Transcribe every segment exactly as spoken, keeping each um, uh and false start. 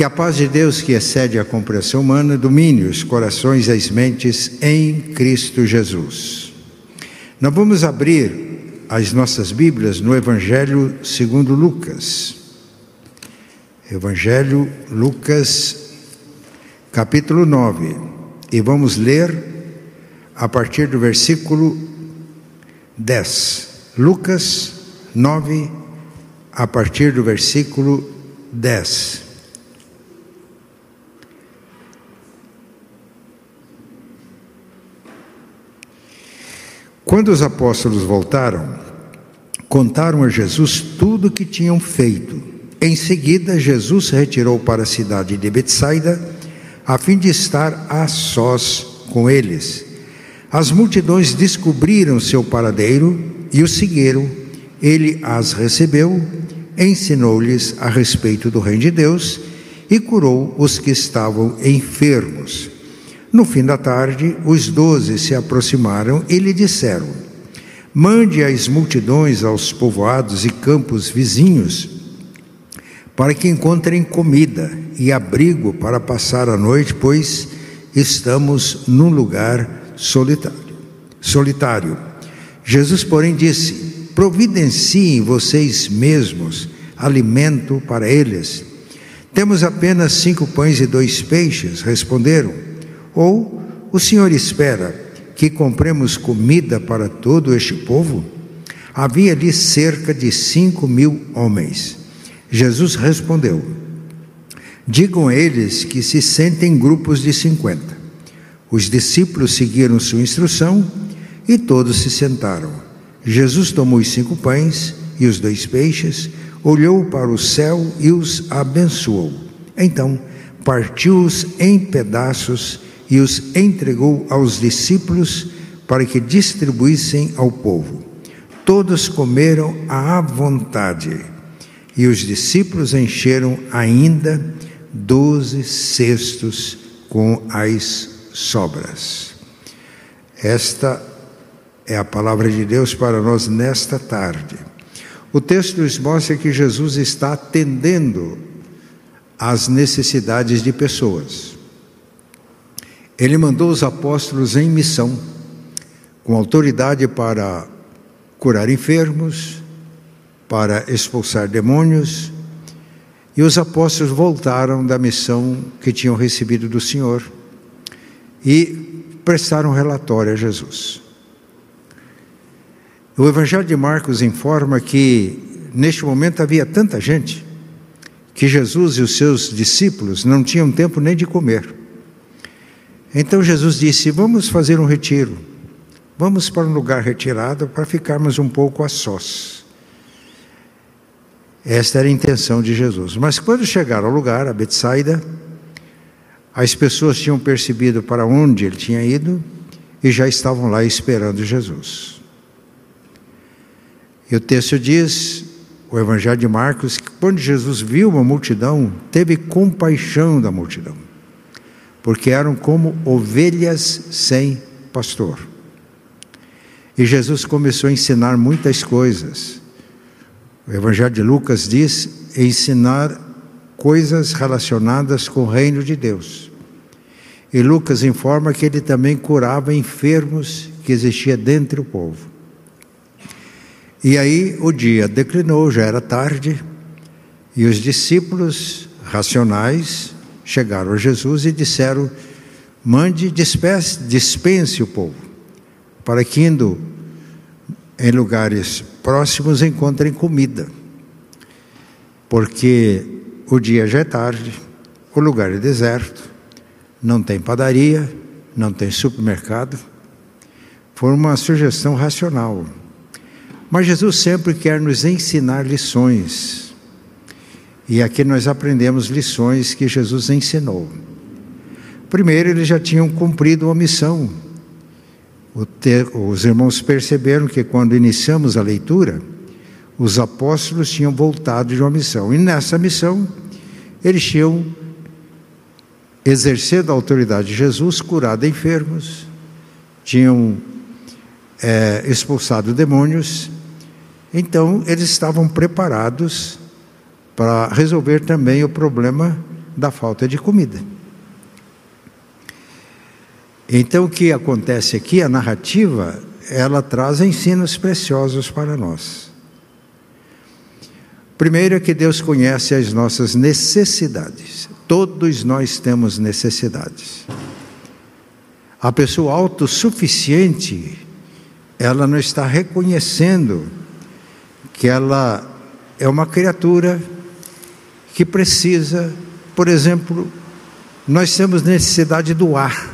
Que a paz de Deus, que excede a compreensão humana, domine os corações e as mentes em Cristo Jesus. Nós vamos abrir as nossas Bíblias no Evangelho segundo Lucas. Evangelho Lucas, capítulo nove. E vamos ler a partir do versículo dez. Lucas nove, a partir do versículo dez. Quando os apóstolos voltaram, contaram a Jesus tudo o que tinham feito. Em seguida, Jesus se retirou para a cidade de Betsaida, a fim de estar a sós com eles. As multidões descobriram seu paradeiro e o seguiram. Ele as recebeu, ensinou-lhes a respeito do reino de Deus e curou os que estavam enfermos. No fim da tarde, os doze se aproximaram e lhe disseram: mande as multidões aos povoados e campos vizinhos, para que encontrem comida e abrigo para passar a noite, pois estamos num lugar solitário. solitário. Jesus, porém, disse: providenciem vocês mesmos alimento para eles. Temos apenas cinco pães e dois peixes, responderam. Ou o Senhor espera que compremos comida para todo este povo? Havia ali cerca de cinco mil homens. Jesus respondeu: digam a eles que se sentem em grupos de cinquenta. Os discípulos seguiram sua instrução e todos se sentaram. Jesus tomou os cinco pães e os dois peixes, olhou para o céu e os abençoou. Então partiu-os em pedaços e os entregou aos discípulos para que distribuíssem ao povo. Todos comeram à vontade, e os discípulos encheram ainda doze cestos com as sobras. Esta é a palavra de Deus para nós nesta tarde. O texto nos mostra que Jesus está atendendo às necessidades de pessoas. Ele mandou os apóstolos em missão, com autoridade para curar enfermos, para expulsar demônios, e os apóstolos voltaram da missão que tinham recebido do Senhor e prestaram relatório a Jesus. O Evangelho de Marcos informa que neste momento havia tanta gente que Jesus e os seus discípulos não tinham tempo nem de comer. Então Jesus disse: vamos fazer um retiro, vamos para um lugar retirado para ficarmos um pouco a sós. Esta era a intenção de Jesus. Mas quando chegaram ao lugar, a Betsaida, as pessoas tinham percebido para onde ele tinha ido e já estavam lá esperando Jesus. E o texto diz, o Evangelho de Marcos, que quando Jesus viu uma multidão, teve compaixão da multidão, porque eram como ovelhas sem pastor. E Jesus começou a ensinar muitas coisas. O Evangelho de Lucas diz: ensinar coisas relacionadas com o reino de Deus. E Lucas informa que ele também curava enfermos que existia dentro do povo. E aí o dia declinou, já era tarde, e os discípulos racionais chegaram a Jesus e disseram: mande, dispense, dispense o povo, para que indo em lugares próximos encontrem comida, porque o dia já é tarde, o lugar é deserto, não tem padaria, não tem supermercado. Foi uma sugestão racional. Mas Jesus sempre quer nos ensinar lições. E aqui nós aprendemos lições que Jesus ensinou. Primeiro, eles já tinham cumprido uma missão. Os irmãos perceberam que quando iniciamos a leitura, os apóstolos tinham voltado de uma missão. E nessa missão, eles tinham exercido a autoridade de Jesus, curado enfermos, tinham é, expulsado demônios. Então, eles estavam preparados para resolver também o problema da falta de comida. Então, o que acontece aqui, a narrativa, ela traz ensinos preciosos para nós. Primeiro é que Deus conhece as nossas necessidades. Todos nós temos necessidades. A pessoa autossuficiente, ela não está reconhecendo que ela é uma criatura que precisa, por exemplo, nós temos necessidade do ar.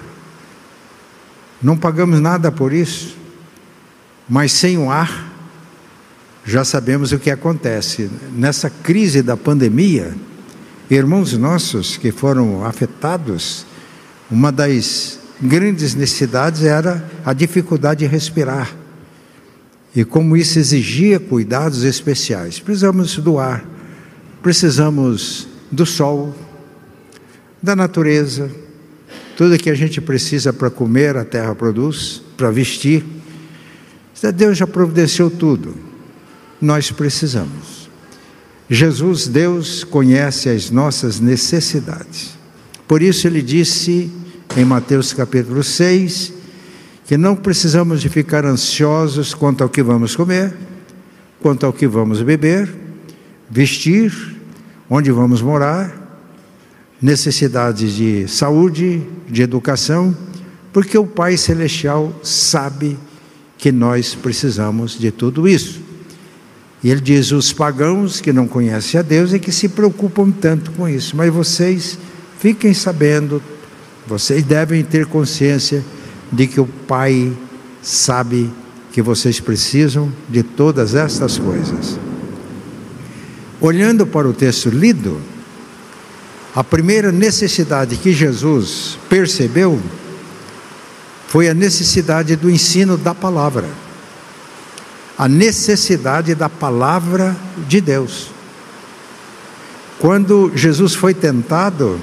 Não pagamos nada por isso, mas sem o ar, já sabemos o que acontece. Nessa crise da pandemia, irmãos nossos que foram afetados, uma das grandes necessidades era a dificuldade de respirar. E como isso exigia cuidados especiais, precisamos do ar, precisamos do sol, da natureza, tudo que a gente precisa para comer, a terra produz, para vestir. Deus já providenciou tudo. Nós precisamos. Jesus, Deus, conhece as nossas necessidades. Por isso ele disse em Mateus capítulo seis, que não precisamos de ficar ansiosos quanto ao que vamos comer, quanto ao que vamos beber, vestir, onde vamos morar, necessidades de saúde, de educação, porque o Pai Celestial sabe que nós precisamos de tudo isso. E ele diz, os pagãos que não conhecem a Deus é que se preocupam tanto com isso, mas vocês fiquem sabendo, vocês devem ter consciência de que o Pai sabe que vocês precisam de todas estas coisas. Olhando para o texto lido, a primeira necessidade que Jesus percebeu foi a necessidade do ensino da palavra. A necessidade da palavra de Deus. Quando Jesus foi tentado,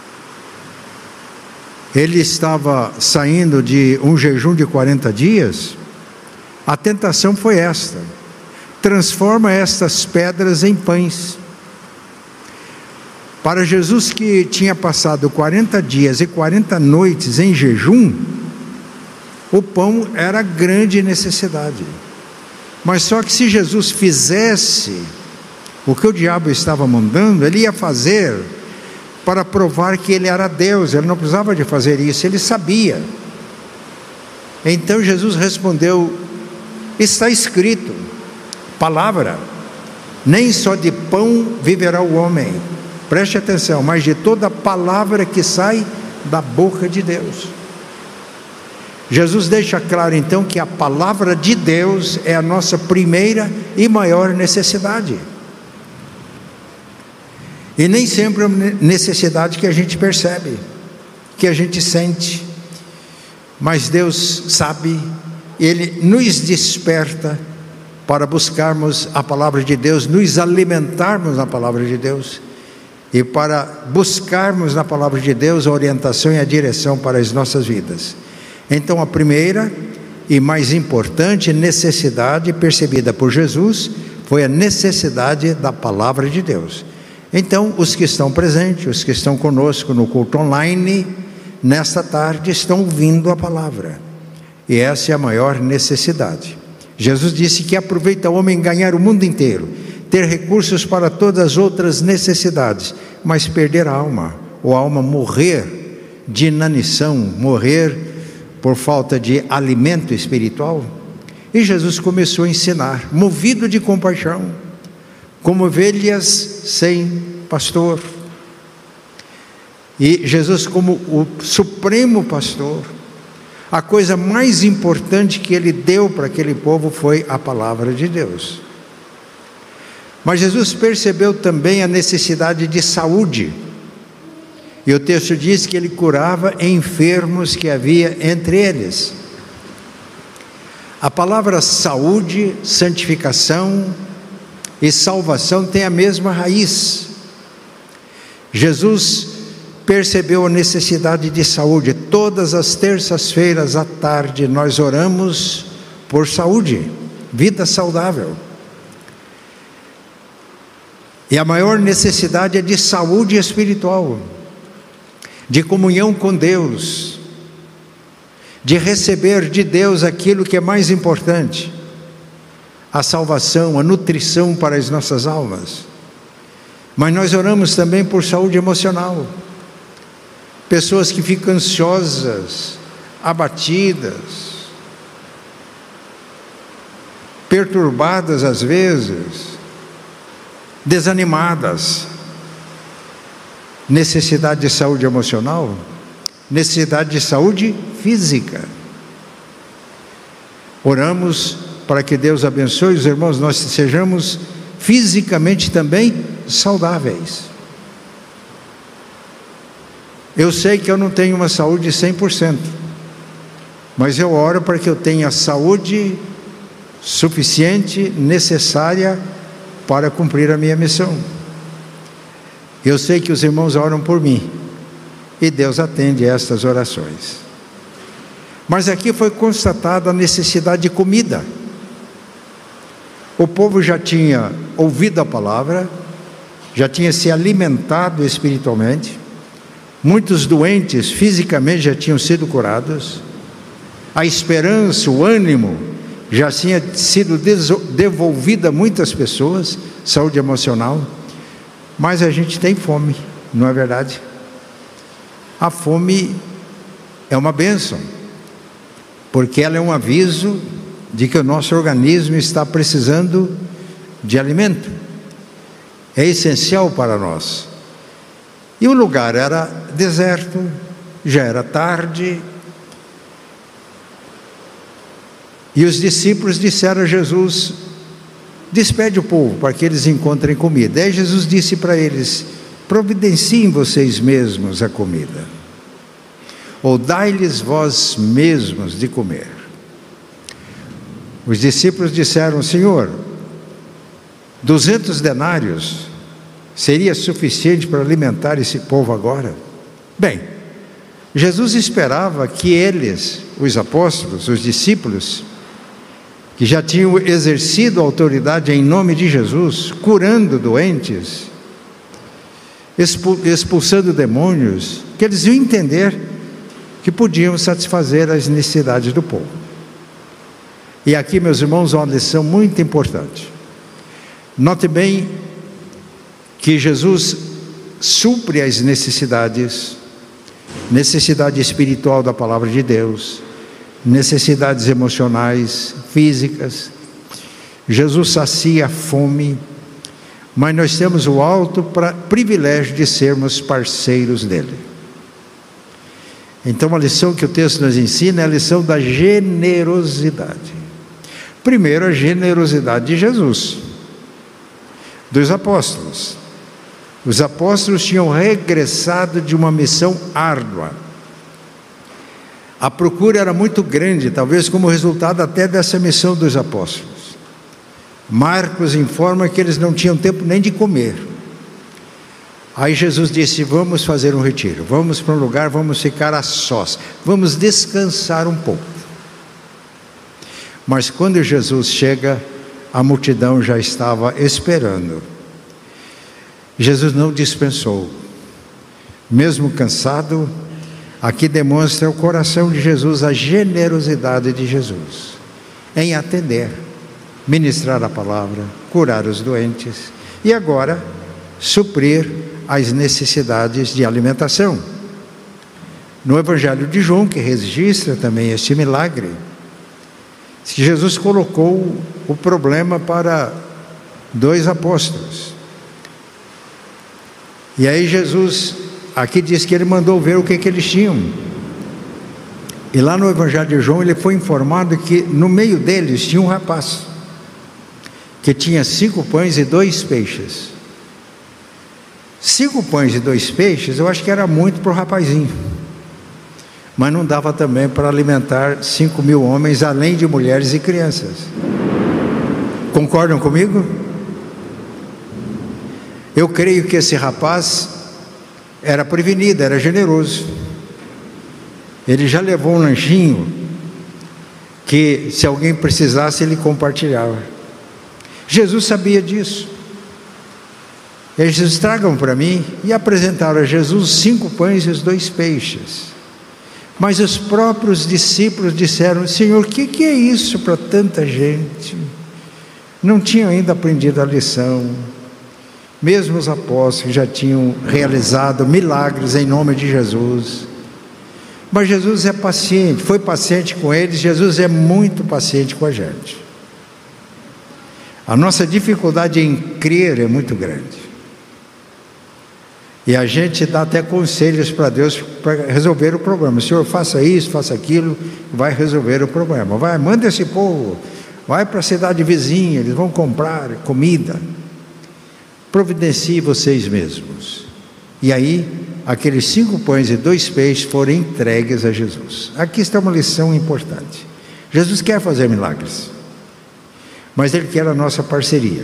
ele estava saindo de um jejum de quarenta dias, a tentação foi esta: transforma estas pedras em pães. Para Jesus, que tinha passado quarenta dias e quarenta noites em jejum, o pão era grande necessidade. Mas só que se Jesus fizesse o que o diabo estava mandando, ele ia fazer para provar que ele era Deus. Ele não precisava de fazer isso, ele sabia. Então Jesus respondeu, está escrito, palavra, nem só de pão viverá o homem. Preste atenção, mas de toda palavra que sai da boca de Deus. Jesus deixa claro então que a palavra de Deus é a nossa primeira e maior necessidade. E nem sempre é uma necessidade que a gente percebe, que a gente sente. Mas Deus sabe, Ele nos desperta para buscarmos a palavra de Deus, nos alimentarmos na palavra de Deus. E para buscarmos na palavra de Deus a orientação e a direção para as nossas vidas. Então a primeira e mais importante necessidade percebida por Jesus foi a necessidade da palavra de Deus. Então os que estão presentes, os que estão conosco no culto online, nesta tarde estão ouvindo a palavra. E essa é a maior necessidade. Jesus disse que aproveita o homem ganhar o mundo inteiro, ter recursos para todas as outras necessidades, mas perder a alma, ou a alma morrer de inanição, morrer por falta de alimento espiritual. E Jesus começou a ensinar, movido de compaixão, como ovelhas sem pastor. E Jesus, como o supremo pastor, a coisa mais importante que ele deu para aquele povo foi a palavra de Deus. Mas Jesus percebeu também a necessidade de saúde. E o texto diz que ele curava enfermos que havia entre eles. A palavra saúde, santificação e salvação tem a mesma raiz. Jesus percebeu a necessidade de saúde. Todas as terças-feiras à tarde nós oramos por saúde, vida saudável. E a maior necessidade é de saúde espiritual, de comunhão com Deus, de receber de Deus aquilo que é mais importante, a salvação, a nutrição para as nossas almas. Mas nós oramos também por saúde emocional, pessoas que ficam ansiosas, abatidas, perturbadas às vezes, desanimadas. Necessidade de saúde emocional, necessidade de saúde física. Oramos para que Deus abençoe os irmãos, nós sejamos fisicamente também saudáveis. Eu sei que eu não tenho uma saúde cem por cento, mas eu oro para que eu tenha saúde suficiente, necessária para cumprir a minha missão. Eu sei que os irmãos oram por mim, e Deus atende a estas orações. Mas aqui foi constatada a necessidade de comida. O povo já tinha ouvido a palavra, já tinha se alimentado espiritualmente, muitos doentes fisicamente já tinham sido curados, a esperança, o ânimo já tinha sido devolvida a muitas pessoas, saúde emocional. Mas a gente tem fome, não é verdade? A fome é uma bênção, porque ela é um aviso de que o nosso organismo está precisando de alimento. É essencial para nós. E o lugar era deserto, já era tarde, e os discípulos disseram a Jesus: despede o povo para que eles encontrem comida. Aí Jesus disse para eles: providenciem vocês mesmos a comida, ou dai-lhes vós mesmos de comer. Os discípulos disseram: Senhor, duzentos denários seria suficiente para alimentar esse povo agora? Bem, Jesus esperava que eles, os apóstolos, os discípulos, que já tinham exercido a autoridade em nome de Jesus, curando doentes, expulsando demônios, que eles iam entender que podiam satisfazer as necessidades do povo. E aqui, meus irmãos, uma lição muito importante. Note bem que Jesus supre as necessidades, necessidade espiritual da palavra de Deus, necessidades emocionais, físicas. Jesus sacia a fome, mas nós temos o alto pra, privilégio de sermos parceiros dele. Então a lição que o texto nos ensina é a lição da generosidade. Primeiro, a generosidade de Jesus, dos apóstolos. Os apóstolos tinham regressado de uma missão árdua. A procura era muito grande, talvez como resultado até dessa missão dos apóstolos. Marcos informa que eles não tinham tempo nem de comer. Aí Jesus disse: vamos fazer um retiro, vamos para um lugar, vamos ficar a sós, vamos descansar um pouco. Mas quando Jesus chega, a multidão já estava esperando. Jesus não dispensou, mesmo cansado. Aqui demonstra o coração de Jesus, a generosidade de Jesus em atender, ministrar a palavra, curar os doentes e agora suprir as necessidades de alimentação. No Evangelho de João, que registra também este milagre, Jesus colocou o problema para dois apóstolos. E aí Jesus, aqui diz que ele mandou ver o que, que eles tinham. E lá no Evangelho de João ele foi informado que no meio deles tinha um rapaz que tinha cinco pães e dois peixes. Cinco pães e dois peixes, eu acho que era muito para o rapazinho, mas não dava também para alimentar cinco mil homens, além de mulheres e crianças. Concordam comigo? Eu creio que esse rapaz era prevenido, era generoso. Ele já levou um lanchinho que, se alguém precisasse, ele compartilhava. Jesus sabia disso. Eles dizem: tragam para mim, e apresentaram a Jesus os cinco pães e os dois peixes. Mas os próprios discípulos disseram: Senhor, o que, que é isso para tanta gente? Não tinham ainda aprendido a lição. Mesmo os apóstolos já tinham realizado milagres em nome de Jesus. Mas Jesus é paciente, foi paciente com eles. Jesus é muito paciente com a gente. A nossa dificuldade em crer é muito grande. E a gente dá até conselhos para Deus para resolver o problema. Senhor, faça isso, faça aquilo, vai resolver o problema. Vai, manda esse povo, vai para a cidade vizinha, eles vão comprar comida. Providencie vocês mesmos. E aí, aqueles cinco pães e dois peixes foram entregues a Jesus. Aqui está uma lição importante. Jesus quer fazer milagres, mas Ele quer a nossa parceria.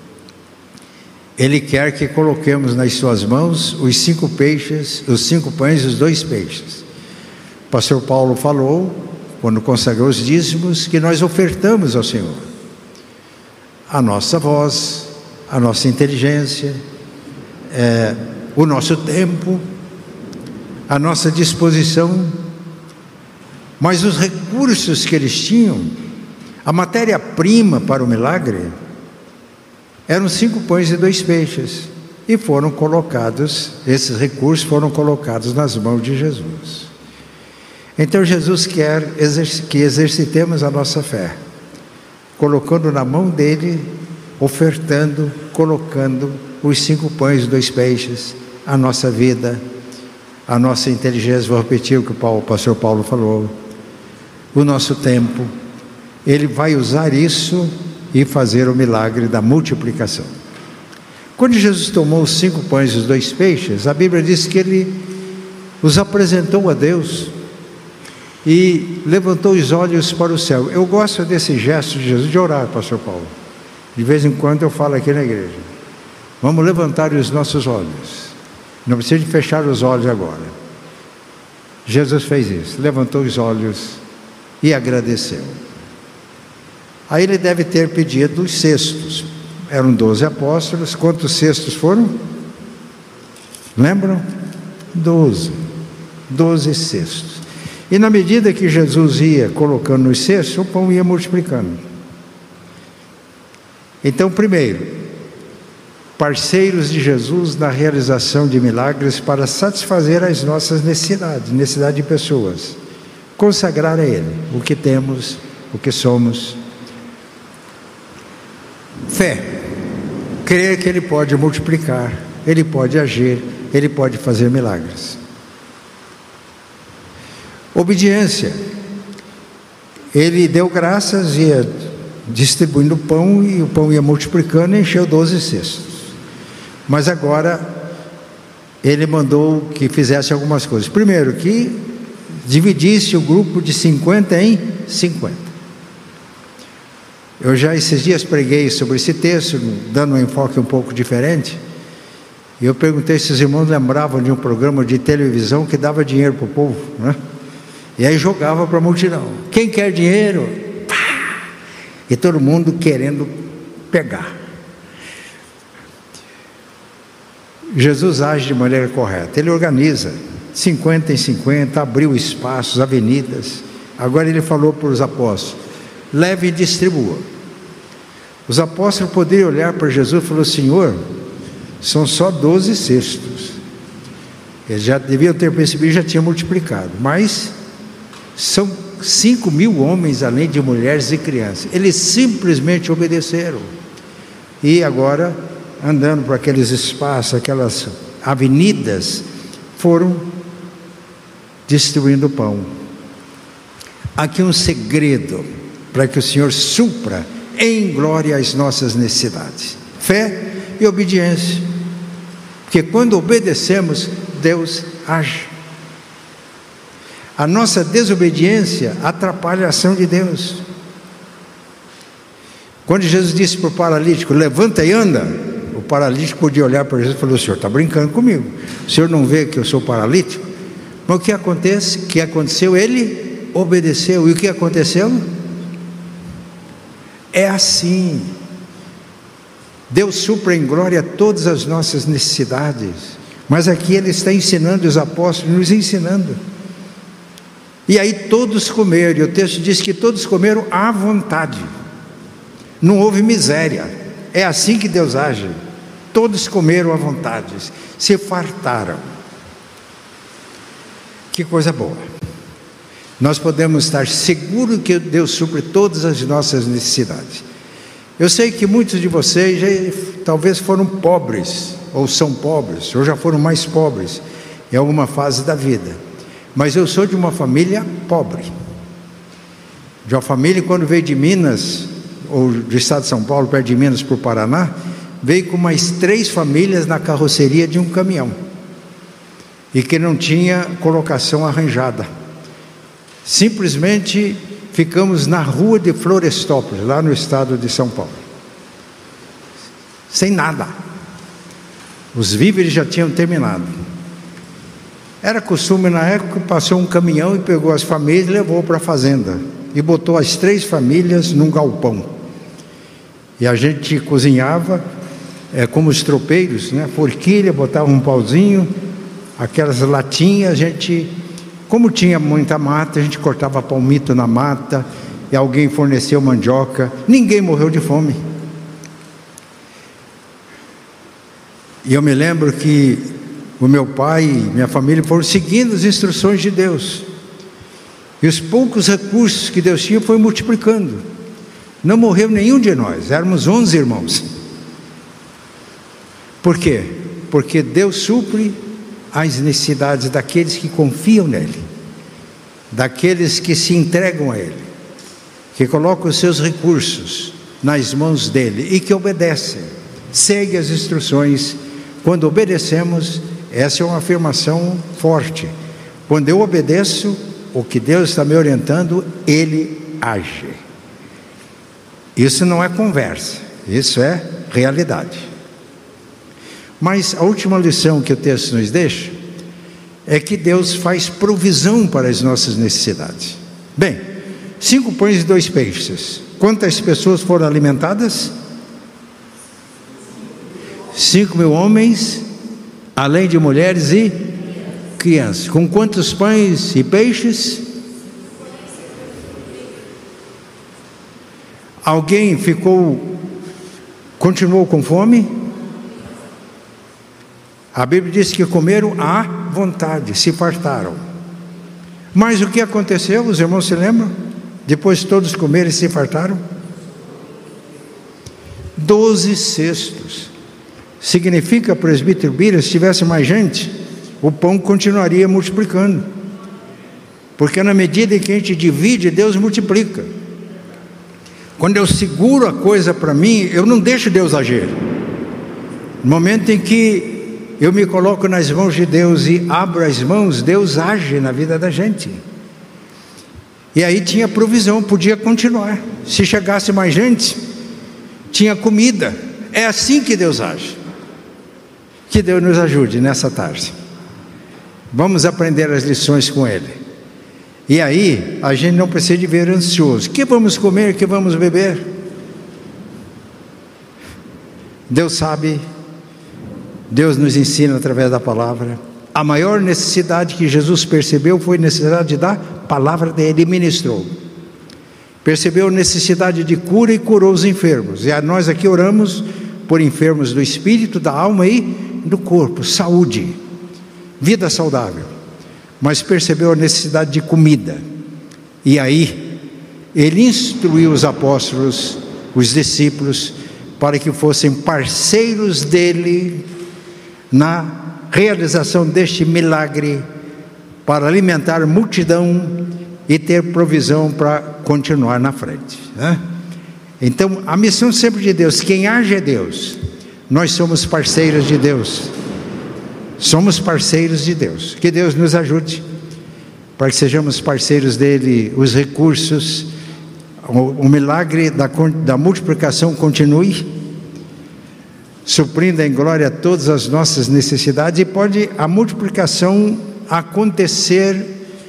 Ele quer que coloquemos nas suas mãos os cinco peixes, os cinco pães e os dois peixes. O pastor Paulo falou, quando consagrou os dízimos, que nós ofertamos ao Senhor a nossa voz, a nossa inteligência, é, o nosso tempo, a nossa disposição. Mas os recursos que eles tinham, a matéria-prima para o milagre, eram cinco pães e dois peixes, e foram colocados, esses recursos foram colocados nas mãos de Jesus. Então Jesus quer que exercitemos a nossa fé, colocando na mão dele, ofertando, colocando os cinco pães e dois peixes, a nossa vida, a nossa inteligência. Vou repetir o que o pastor Paulo falou, o nosso tempo. Ele vai usar isso e fazer o milagre da multiplicação. Quando Jesus tomou os cinco pães e os dois peixes, a Bíblia diz que Ele os apresentou a Deus e levantou os olhos para o céu. Eu gosto desse gesto de Jesus de orar, pastor Paulo. De vez em quando eu falo aqui na igreja: vamos levantar os nossos olhos. Não precisa de fechar os olhos agora. Jesus fez isso, levantou os olhos e agradeceu. Aí ele deve ter pedido os cestos. Eram doze apóstolos. Quantos cestos foram? Lembram? Doze. Doze cestos. E na medida que Jesus ia colocando nos cestos, o pão ia multiplicando. Então, primeiro, parceiros de Jesus na realização de milagres para satisfazer as nossas necessidades, necessidade de pessoas. Consagrar a Ele o que temos, o que somos. Fé, crer que Ele pode multiplicar, Ele pode agir, Ele pode fazer milagres. Obediência, Ele deu graças, ia distribuindo o pão, e o pão ia multiplicando e encheu doze cestos. Mas agora Ele mandou que fizesse algumas coisas. Primeiro, que dividisse o grupo de cinquenta em cinquenta. Eu já esses dias preguei sobre esse texto, dando um enfoque um pouco diferente, e eu perguntei se os irmãos lembravam de um programa de televisão que dava dinheiro para o povo, né? E aí jogava para a multidão: quem quer dinheiro? Pá! E todo mundo querendo pegar. Jesus age de maneira correta. Ele organiza cinquenta em cinquenta, abriu espaços, avenidas. Agora Ele falou para os apóstolos: leve e distribua. Os apóstolos poderiam olhar para Jesus e falar: Senhor, são só doze cestos. Eles já deviam ter percebido, já tinha multiplicado, mas são cinco mil homens, além de mulheres e crianças. Eles simplesmente obedeceram. E agora, andando por aqueles espaços, aquelas avenidas, foram distribuindo pão. Aqui um segredo para que o Senhor supra em glória as nossas necessidades: fé e obediência. Porque quando obedecemos, Deus age. A nossa desobediência atrapalha a ação de Deus. Quando Jesus disse para o paralítico: levanta e anda, o paralítico podia olhar para Jesus e falar: o senhor está brincando comigo, o senhor não vê que eu sou paralítico? Mas o que acontece? O que aconteceu? Ele obedeceu. E o que aconteceu? É assim. Deus supra em glória todas as nossas necessidades. Mas aqui Ele está ensinando, os apóstolos nos ensinando. E aí todos comeram, e o texto diz que todos comeram à vontade. Não houve miséria. É assim que Deus age. Todos comeram à vontade, se fartaram. Que coisa boa. Nós podemos estar seguros que Deus supre todas as nossas necessidades. Eu sei que muitos de vocês já, talvez foram pobres, ou são pobres, ou já foram mais pobres em alguma fase da vida. Mas eu sou de uma família pobre. De uma família, quando veio de Minas, ou do estado de São Paulo, perto de Minas, para o Paraná, veio com mais três famílias na carroceria de um caminhão. E que não tinha colocação arranjada. Simplesmente ficamos na rua de Florestópolis, lá no estado de São Paulo. Sem nada. Os víveres já tinham terminado. Era costume na época, passou um caminhão e pegou as famílias e levou para a fazenda. E botou as três famílias num galpão. E a gente cozinhava, é, como os tropeiros, né? Forquilha, botava um pauzinho, aquelas latinhas, a gente, como tinha muita mata, a gente cortava palmito na mata, e alguém forneceu mandioca, ninguém morreu de fome. E eu me lembro que o meu pai e minha família foram seguindo as instruções de Deus. E os poucos recursos que Deus tinha foi multiplicando. Não morreu nenhum de nós, éramos onze irmãos. Por quê? Porque Deus supre as necessidades daqueles que confiam nele, daqueles que se entregam a ele, que colocam os seus recursos nas mãos dele e que obedecem, seguem as instruções. Quando obedecemos, essa é uma afirmação forte. Quando eu obedeço o que Deus está me orientando, Ele age. Isso não é conversa, isso é realidade. Mas a última lição que o texto nos deixa é que Deus faz provisão para as nossas necessidades. Bem, cinco pães e dois peixes. Quantas pessoas foram alimentadas? Cinco mil homens, além de mulheres e crianças. Com quantos pães e peixes? Alguém ficou, continuou com fome? A Bíblia diz que comeram à vontade, se fartaram. Mas o que aconteceu? Os irmãos se lembram? Depois todos comeram e se fartaram? Doze cestos. Significa, presbítero Bira, se tivesse mais gente, o pão continuaria multiplicando. Porque na medida em que a gente divide, Deus multiplica. Quando eu seguro a coisa para mim, eu não deixo Deus agir. No momento em que eu me coloco nas mãos de Deus e abro as mãos, Deus age na vida da gente. E aí tinha provisão, podia continuar. Se chegasse mais gente, tinha comida. É assim que Deus age. Que Deus nos ajude nessa tarde. Vamos aprender as lições com Ele. E aí, a gente não precisa de ver ansioso. O que vamos comer, o que vamos beber? Deus sabe. Deus nos ensina através da palavra. A maior necessidade que Jesus percebeu foi a necessidade da palavra dele e ministrou. Percebeu a necessidade de cura e curou os enfermos. E nós aqui oramos por enfermos do espírito, da alma e do corpo, saúde, vida saudável. Mas percebeu a necessidade de comida. E aí, ele instruiu os apóstolos, os discípulos, para que fossem parceiros dele na realização deste milagre, para alimentar multidão e ter provisão para continuar na frente, né? Então, a missão sempre de Deus, quem age é Deus. Nós somos parceiros de Deus. Somos parceiros de Deus. Que Deus nos ajude para que sejamos parceiros dele, os recursos, o, o milagre da, da multiplicação continue, suprindo em glória todas as nossas necessidades, e pode a multiplicação acontecer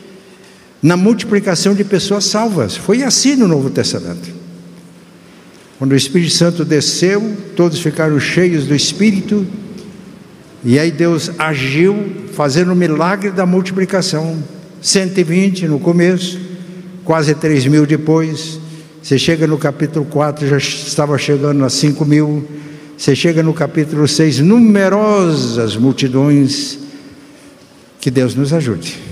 na multiplicação de pessoas salvas. Foi assim no Novo Testamento. Quando o Espírito Santo desceu, todos ficaram cheios do Espírito, e aí Deus agiu, fazendo o milagre da multiplicação. cento e vinte no começo, quase três mil depois. Você chega no capítulo quatro, já estava chegando a cinco mil. Você chega no capítulo seis, numerosas multidões. Que Deus nos ajude.